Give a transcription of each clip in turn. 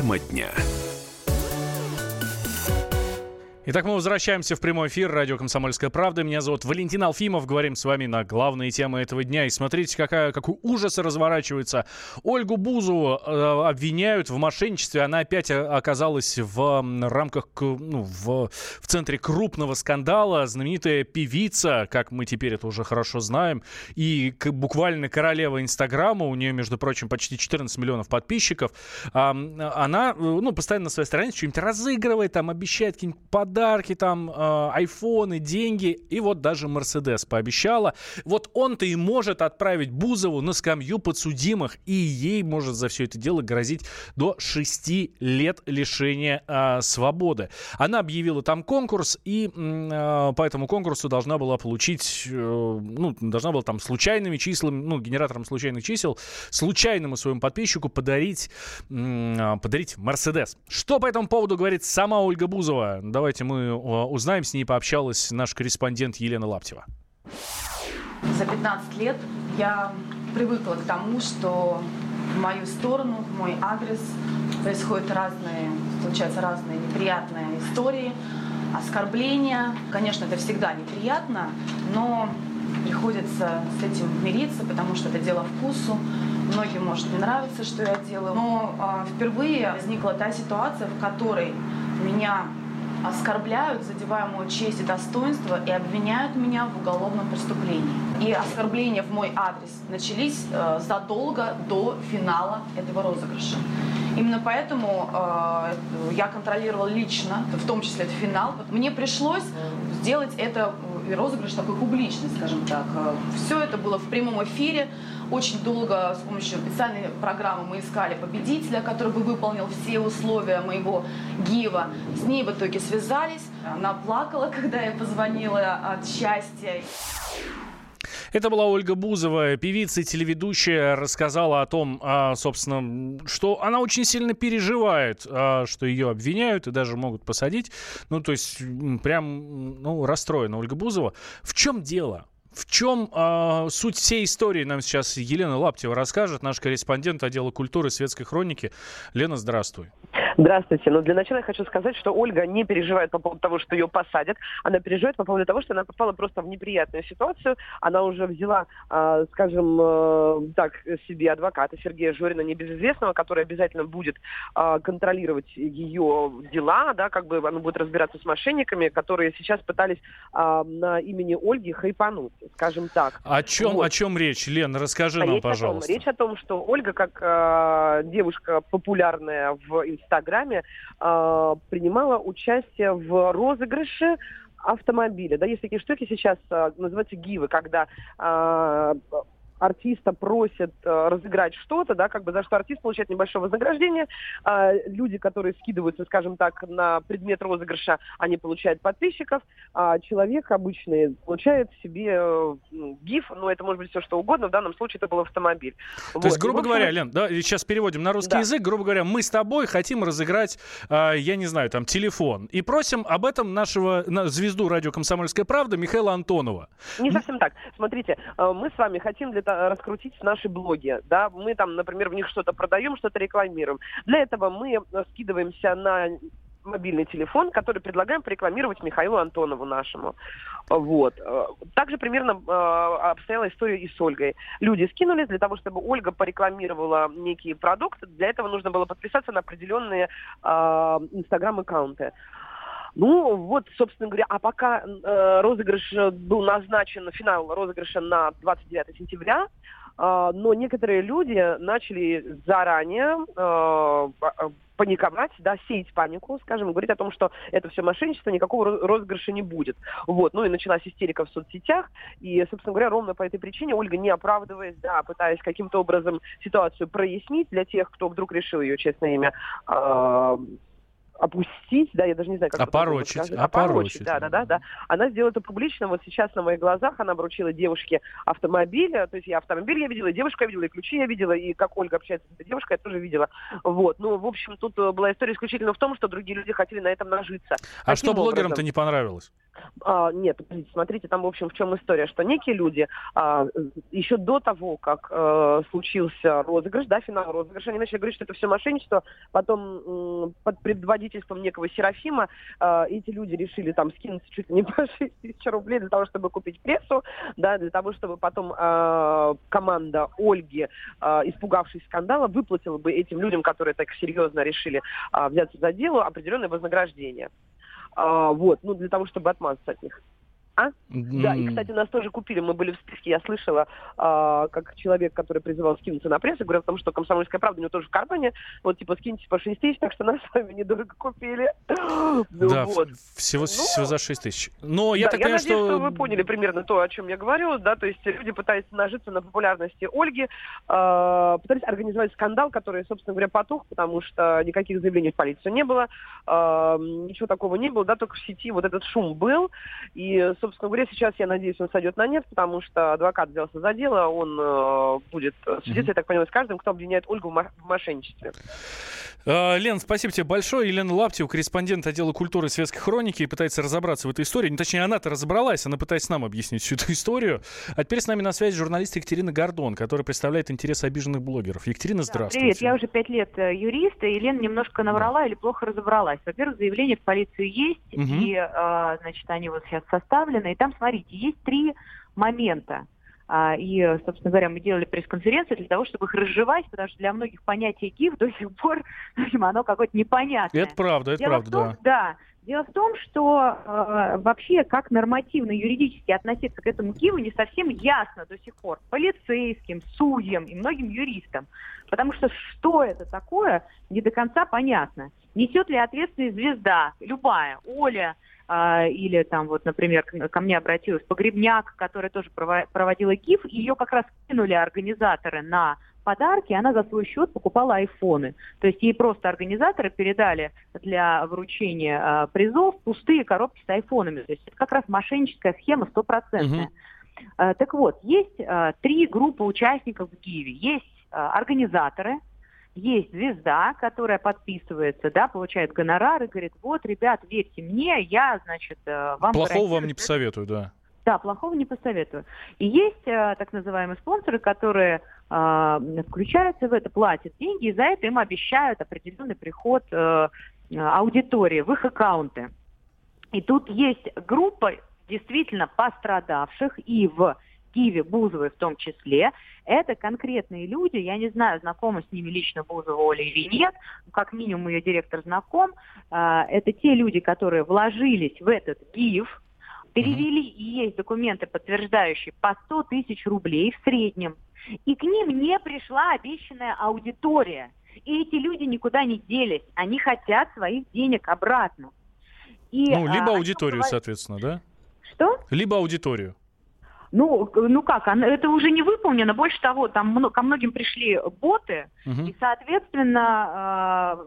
Тема дня. Итак, мы возвращаемся в прямой эфир. Радио «Комсомольская правда». Меня зовут Валентин Алфимов. Говорим с вами на главные темы этого дня. И смотрите, какой ужас разворачивается. Ольгу Бузову обвиняют в мошенничестве. Она опять оказалась в рамках, в центре крупного скандала. Знаменитая певица, как мы теперь это уже хорошо знаем, и буквально королева Инстаграма. У нее, между прочим, почти 14 миллионов подписчиков. Она постоянно на своей странице что-нибудь разыгрывает, там обещает какие-нибудь подарки, там, айфоны, деньги, и вот даже Мерседес пообещала. Вот он-то и может отправить Бузову на скамью подсудимых, и ей может за все это дело грозить до 6 лет лишения свободы. Она объявила там конкурс, и по этому конкурсу должна была получить, должна была там случайными числами, генератором случайных чисел, случайному своему подписчику подарить Мерседес. Что по этому поводу говорит сама Ольга Бузова? Давайте мы узнаем, с ней пообщалась наш корреспондент Елена Лаптева. За 15 лет я привыкла к тому, что в мою сторону, в мой адрес случаются разные неприятные истории, оскорбления. Конечно, это всегда неприятно, но приходится с этим мириться, потому что это дело вкусу. Многим может не нравиться, что я делаю. Но впервые возникла та ситуация, в которой меня оскорбляют, задевая мою честь и достоинство и обвиняют меня в уголовном преступлении. И оскорбления в мой адрес начались задолго до финала этого розыгрыша. Именно поэтому я контролировала лично, в том числе это финал. Мне пришлось сделать это розыгрыш такой публичный, скажем так. Все это было в прямом эфире. Очень долго с помощью специальной программы мы искали победителя, который бы выполнил все условия моего гива. С ней в итоге связались. Она плакала, когда я позвонила от счастья. Это была Ольга Бузова, певица и телеведущая, рассказала о том, собственно, что она очень сильно переживает, что ее обвиняют и даже могут посадить. То есть прям расстроена Ольга Бузова. В чем дело? В чем суть всей истории нам сейчас Елена Лаптева расскажет, наш корреспондент отдела культуры и светской хроники. Лена, здравствуй. Здравствуйте. Для начала я хочу сказать, что Ольга не переживает по поводу того, что ее посадят. Она переживает по поводу того, что она попала просто в неприятную ситуацию. Она уже взяла, себе адвоката Сергея Жорина, небезызвестного, который обязательно будет контролировать ее дела, она будет разбираться с мошенниками, которые сейчас пытались на имени Ольги хайпануть, скажем так. О чем речь, Лен? Расскажи нам, пожалуйста. Речь о том, что Ольга, как девушка популярная в Инстаграме, принимала участие в розыгрыше автомобиля. Есть такие штуки сейчас, называются гивы, когда артиста просят разыграть что-то, за что артист получает небольшое вознаграждение. Люди, которые скидываются, скажем так, на предмет розыгрыша, они получают подписчиков, а человек обычный получает себе гиф, это может быть все что угодно, в данном случае это был автомобиль. То есть, грубо говоря, Лен, сейчас переводим на русский язык, грубо говоря, мы с тобой хотим разыграть, телефон, и просим об этом нашего звезду радио «Комсомольская правда» Михаила Антонова. Не совсем так. Смотрите, мы с вами хотим раскрутить наши блоги, мы там, например, в них что-то продаем, что-то рекламируем. Для этого мы скидываемся на мобильный телефон, который предлагаем порекламировать Михаилу Антонову нашему. Также примерно обстояла история и с Ольгой. Люди скинулись для того, чтобы Ольга порекламировала некий продукт. Для этого нужно было подписаться на определенные инстаграм-аккаунты. Собственно говоря, а пока розыгрыш был назначен, финал розыгрыша на 29 сентября, но некоторые люди начали заранее паниковать, сеять панику, скажем, говорить о том, что это все мошенничество, никакого розыгрыша не будет. И началась истерика в соцсетях, и, собственно говоря, ровно по этой причине Ольга, не оправдываясь, пытаясь каким-то образом ситуацию прояснить для тех, кто вдруг решил ее честное имя опустить, я даже не знаю, как опорочить. Да. Она сделала это публично. Сейчас на моих глазах она вручила девушке автомобиль. То есть я автомобиль видела, и девушку я видела, и ключи я видела, и как Ольга общается с этой девушкой, я тоже видела. В общем, тут была история исключительно в том, что другие люди хотели на этом нажиться. А что блогерам-то не понравилось? Нет, подождите, смотрите, там, в общем, в чем история, что некие люди еще до того, как случился розыгрыш, да, финал розыгрыша, они начали говорить, что это все мошенничество, потом под предводительством некого Серафима эти люди решили там скинуть чуть ли не по 6 тысяч рублей для того, чтобы купить прессу, да, для того, чтобы потом команда Ольги, испугавшись скандала, выплатила бы этим людям, которые так серьезно решили взяться за дело, определенное вознаграждение. Вот, ну, для того, чтобы отмазаться от них. Да, и, кстати, нас тоже купили, мы были в списке, я слышала, как человек, который призывал скинуться на прессу, говорил о том, что «Комсомольская правда» у него тоже в кармане, вот, типа, скиньте по 6 тысяч, так что нас с вами недорого купили. Да, вот. всего за 6 тысяч. Но я так понимаю, надеюсь, что вы поняли примерно то, о чем я говорю, да, то есть люди пытались нажиться на популярности Ольги, пытались организовать скандал, который, собственно говоря, потух, потому что никаких заявлений в полицию не было, ничего такого не было, да, только в сети вот этот шум был, и, собственно говоря, сейчас, я надеюсь, он сойдет на нет, потому что адвокат взялся за дело, он будет судиться, я так понимаю, с каждым, кто обвиняет Ольгу в мошенничестве. Лен, спасибо тебе большое. Елена Лаптева, корреспондент отдела культуры и светской хроники, пытается разобраться в этой истории. Точнее, она-то разобралась, она пытается нам объяснить всю эту историю. А теперь с нами на связи журналист Екатерина Гордон, которая представляет интересы обиженных блогеров. Екатерина, здравствуйте. Привет, я уже 5 лет юрист, и Елена немножко наврала или плохо разобралась. Во-первых, заявление в полицию есть, и, значит, они вот сейчас составлены. И там, смотрите, есть 3 момента. И, собственно говоря, мы делали пресс-конференцию для того, чтобы их разжевать, потому что для многих понятие ГИФ до сих пор, оно какое-то непонятное. Это правда, да. Дело в том, что вообще как нормативно юридически относиться к этому ГИФу не совсем ясно до сих пор полицейским, судьям и многим юристам. Потому что это такое, не до конца понятно. Несет ли ответственность звезда, любая, Оля, или там вот, например, ко мне обратилась Погребняк, которая тоже проводила ГИФ, ее как раз кинули организаторы на подарки, она за свой счет покупала айфоны. То есть ей просто организаторы передали для вручения призов пустые коробки с айфонами. То есть это как раз мошенническая схема 100%. Так вот, есть 3 группы участников в ГИФе. Есть организаторы, есть звезда, которая подписывается, да, получает гонорар и говорит: вот, ребят, верьте мне, я, значит, вам... Плохого вам не посоветую, да. Да, плохого не посоветую. И есть так называемые спонсоры, которые включаются в это, платят деньги, и за это им обещают определенный приход аудитории в их аккаунты. И тут есть группа действительно пострадавших, и в Киеве Бузовой в том числе. Это конкретные люди, я не знаю, знакома с ними лично Бузова Оля или нет, как минимум ее директор знаком. Это те люди, которые вложились в этот ГИФ, перевели, и есть документы, подтверждающие, по 100 тысяч рублей в среднем. И к ним не пришла обещанная аудитория. И эти люди никуда не делись. Они хотят своих денег обратно. И, либо аудиторию, соответственно, да? Что? Либо аудиторию. Ну как, это уже не выполнено. Больше того, там ко многим пришли боты, и, соответственно,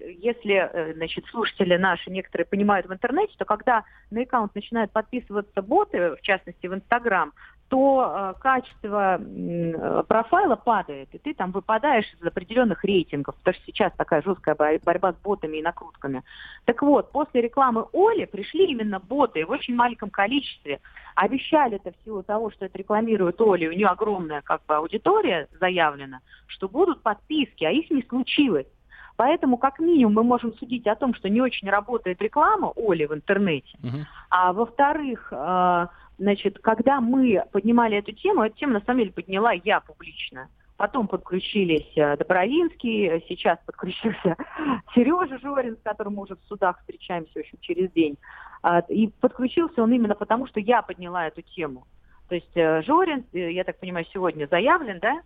если, значит, слушатели наши некоторые понимают в интернете, то когда на аккаунт начинают подписываться боты, в частности в Инстаграм, то качество профайла падает, и ты там выпадаешь из определенных рейтингов, потому что сейчас такая жесткая борьба с ботами и накрутками. Так вот, после рекламы Оли пришли именно боты в очень маленьком количестве. Обещали это в силу того, что это рекламирует Оля, у нее огромная как бы аудитория заявлена, что будут подписки, а их не случилось. Поэтому, как минимум, мы можем судить о том, что не очень работает реклама Оли в интернете. А во-вторых, значит, когда мы поднимали эту тему на самом деле подняла я публично. Потом подключились Добровинский, сейчас подключился Сережа Жорин, с которым мы уже в судах встречаемся, в общем, через день. И подключился он именно потому, что я подняла эту тему. То есть Жорин, я так понимаю, сегодня заявлен, да?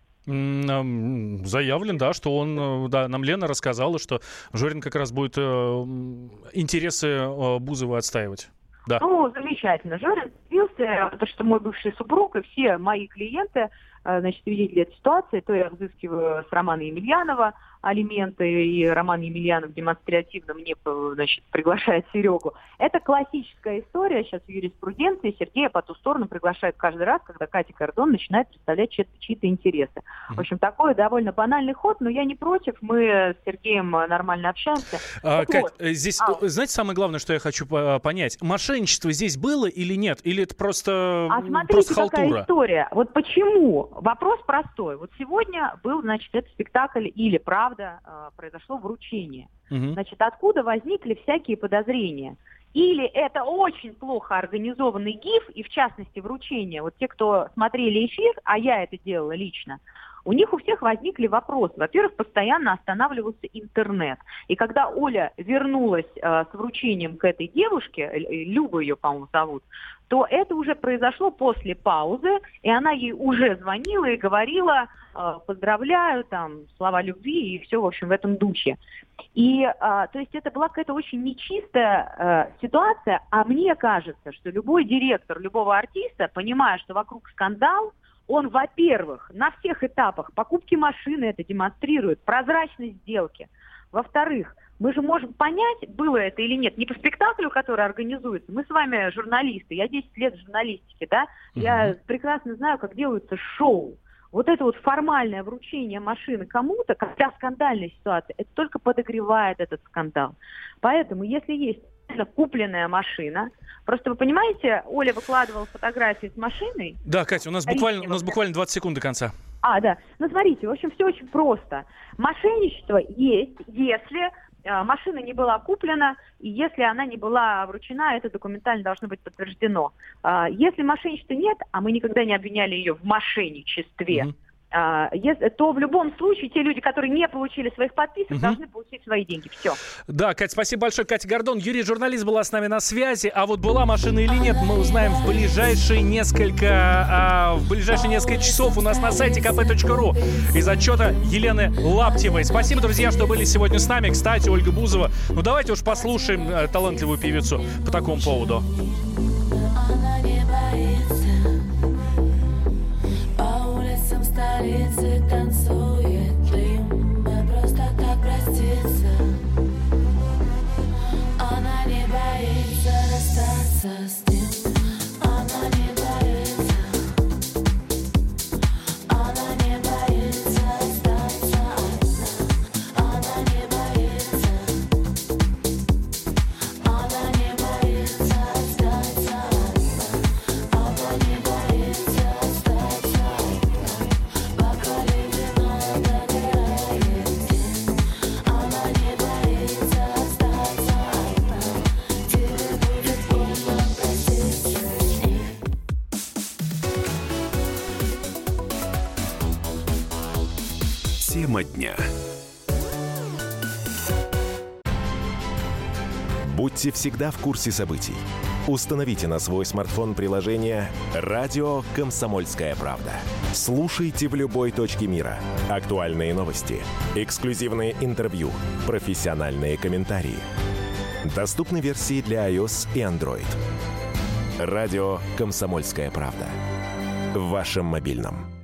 Заявлен, да, что он, да, нам Лена рассказала, что Жорин как раз будет интересы Бузовой отстаивать. Да. Ну, замечательно. Жорин появился, потому что мой бывший супруг и все мои клиенты значит, свидетелей этой ситуации, то я взыскиваю с Романа Емельянова алименты, и Роман Емельянов демонстративно мне, значит, приглашает Серегу. Это классическая история сейчас в юриспруденции. Сергея по ту сторону приглашают каждый раз, когда Катя Гордон начинает представлять чьи-то интересы. В общем, такой довольно банальный ход, но я не против, мы с Сергеем нормально общаемся. Кать, здесь, знаете, самое главное, что я хочу понять, мошенничество здесь было или нет? Или это просто смотрите, просто халтура? Какая история. Вот почему? Вопрос простой. Вот сегодня был, значит, этот спектакль или правда произошло вручение. Значит, откуда возникли всякие подозрения? Или это очень плохо организованный ГИФ, и в частности вручение. Вот те, кто смотрели эфир, а я это делала лично, у них у всех возникли вопросы. Во-первых, постоянно останавливался интернет. И когда Оля вернулась с вручением к этой девушке, Люба ее, по-моему, зовут, то это уже произошло после паузы, и она ей уже звонила и говорила: поздравляю, там, слова любви и все, в общем, в этом духе. И, то есть, это была какая-то очень нечистая ситуация, а мне кажется, что любой директор любого артиста, понимая, что вокруг скандал, он, во-первых, на всех этапах покупки машины это демонстрирует, прозрачность сделки. Во-вторых, мы же можем понять, было это или нет, не по спектаклю, который организуется. Мы с вами журналисты, я 10 лет в журналистике, да, я прекрасно знаю, как делаются шоу. Вот это вот формальное вручение машины кому-то, когда скандальная ситуация, это только подогревает этот скандал. Поэтому, если есть купленная машина, просто вы понимаете, Оля выкладывала фотографии с машиной. Да, Катя, у нас буквально 20 секунд до конца. Да. Ну, смотрите, в общем, все очень просто. Мошенничество есть, если машина не была куплена, и если она не была вручена, это документально должно быть подтверждено. Если мошенничества нет, а мы никогда не обвиняли ее в мошенничестве, то в любом случае те люди, которые не получили своих подписок, должны получить свои деньги. Все. Да, Катя, спасибо большое. Катя Гордон, юрист-журналист, была с нами на связи. А вот была машина или нет, мы узнаем в ближайшие несколько часов у нас на сайте kp.ru из отчета Елены Лаптевой. Спасибо, друзья, что были сегодня с нами. Кстати, Ольга Бузова. Ну, давайте уж послушаем талантливую певицу по такому поводу. Столицы танцует дым, мы просто так проститься. Она не боится расстаться с ним. Она не боится. Она не боится остаться одна. Она не боится. Она не боится остаться одна. Она не боится остаться одна. Бокале вино догорает день. Она не боится остаться одна. Тебе будет больно проститься с ней. Тема дня. Будьте всегда в курсе событий. Установите на свой смартфон приложение «Радио Комсомольская правда». Слушайте в любой точке мира. Актуальные новости, эксклюзивные интервью, профессиональные комментарии. Доступны версии для iOS и Android. «Радио Комсомольская правда». В вашем мобильном.